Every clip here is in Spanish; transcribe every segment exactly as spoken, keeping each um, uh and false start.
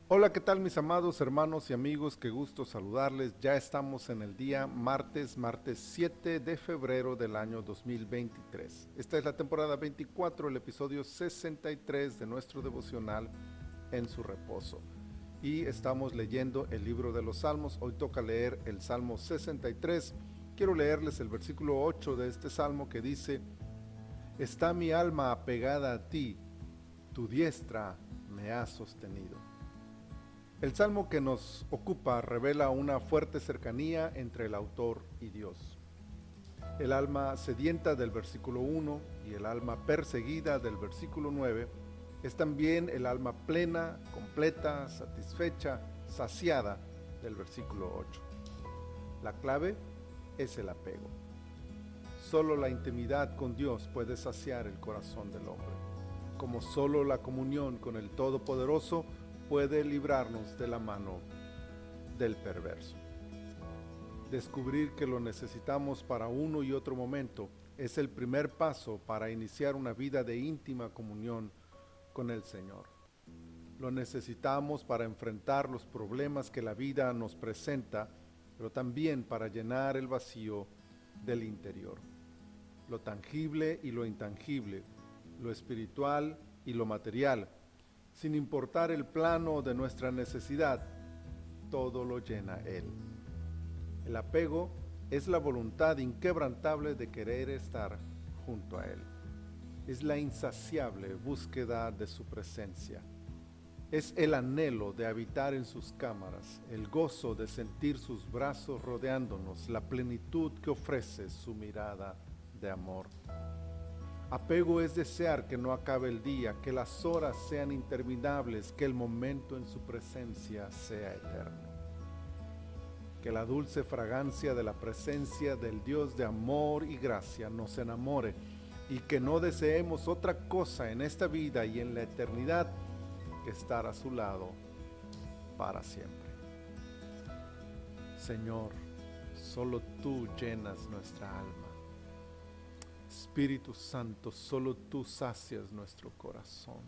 Hola, ¿qué tal mis amados hermanos y amigos? Qué gusto saludarles. Ya estamos en el día martes, martes siete de febrero del año dos mil veintitrés. Esta es la temporada veinticuatro, el episodio sesenta y tres de nuestro devocional En su reposo. Y estamos leyendo el libro de los Salmos. Hoy toca leer el Salmo sesenta y tres. Quiero leerles el versículo ocho de este Salmo que dice: Está mi alma apegada a ti, tu diestra me ha sostenido. El salmo que nos ocupa revela una fuerte cercanía entre el autor y Dios. El alma sedienta del versículo uno y el alma perseguida del versículo nueve es también el alma plena, completa, satisfecha, saciada del versículo ocho. La clave es el apego. Solo la intimidad con Dios puede saciar el corazón del hombre, como solo la comunión con el Todopoderoso puede librarnos de la mano del perverso. Descubrir que lo necesitamos para uno y otro momento es el primer paso para iniciar una vida de íntima comunión con el Señor. Lo necesitamos para enfrentar los problemas que la vida nos presenta, pero también para llenar el vacío del interior. Lo tangible y lo intangible, lo espiritual y lo material, sin importar el plano de nuestra necesidad, todo lo llena Él. El apego es la voluntad inquebrantable de querer estar junto a Él. Es la insaciable búsqueda de su presencia. Es el anhelo de habitar en sus cámaras, el gozo de sentir sus brazos rodeándonos, la plenitud que ofrece su mirada de amor. Apego es desear que no acabe el día, que las horas sean interminables, que el momento en su presencia sea eterno. Que la dulce fragancia de la presencia del Dios de amor y gracia nos enamore y que no deseemos otra cosa en esta vida y en la eternidad que estar a su lado para siempre. Señor, solo tú llenas nuestra alma. Espíritu Santo, solo tú sacias nuestro corazón.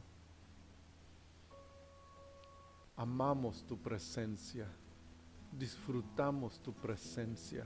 Amamos tu presencia, disfrutamos tu presencia,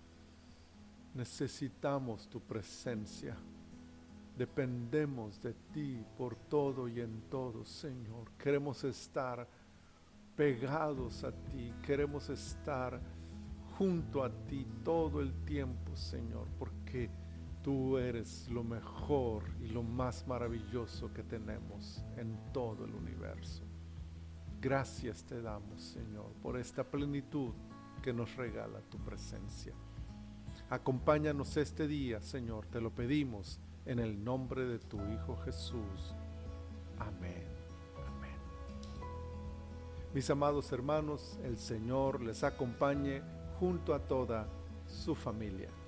necesitamos tu presencia, dependemos de ti por todo y en todo, Señor. Queremos estar pegados a ti, queremos estar junto a ti todo el tiempo, Señor, porque tú eres lo mejor y lo más maravilloso que tenemos en todo el universo. Gracias te damos, Señor, por esta plenitud que nos regala tu presencia. Acompáñanos este día, Señor, te lo pedimos en el nombre de tu Hijo Jesús. Amén. Amén. Mis amados hermanos, el Señor les acompañe junto a toda su familia.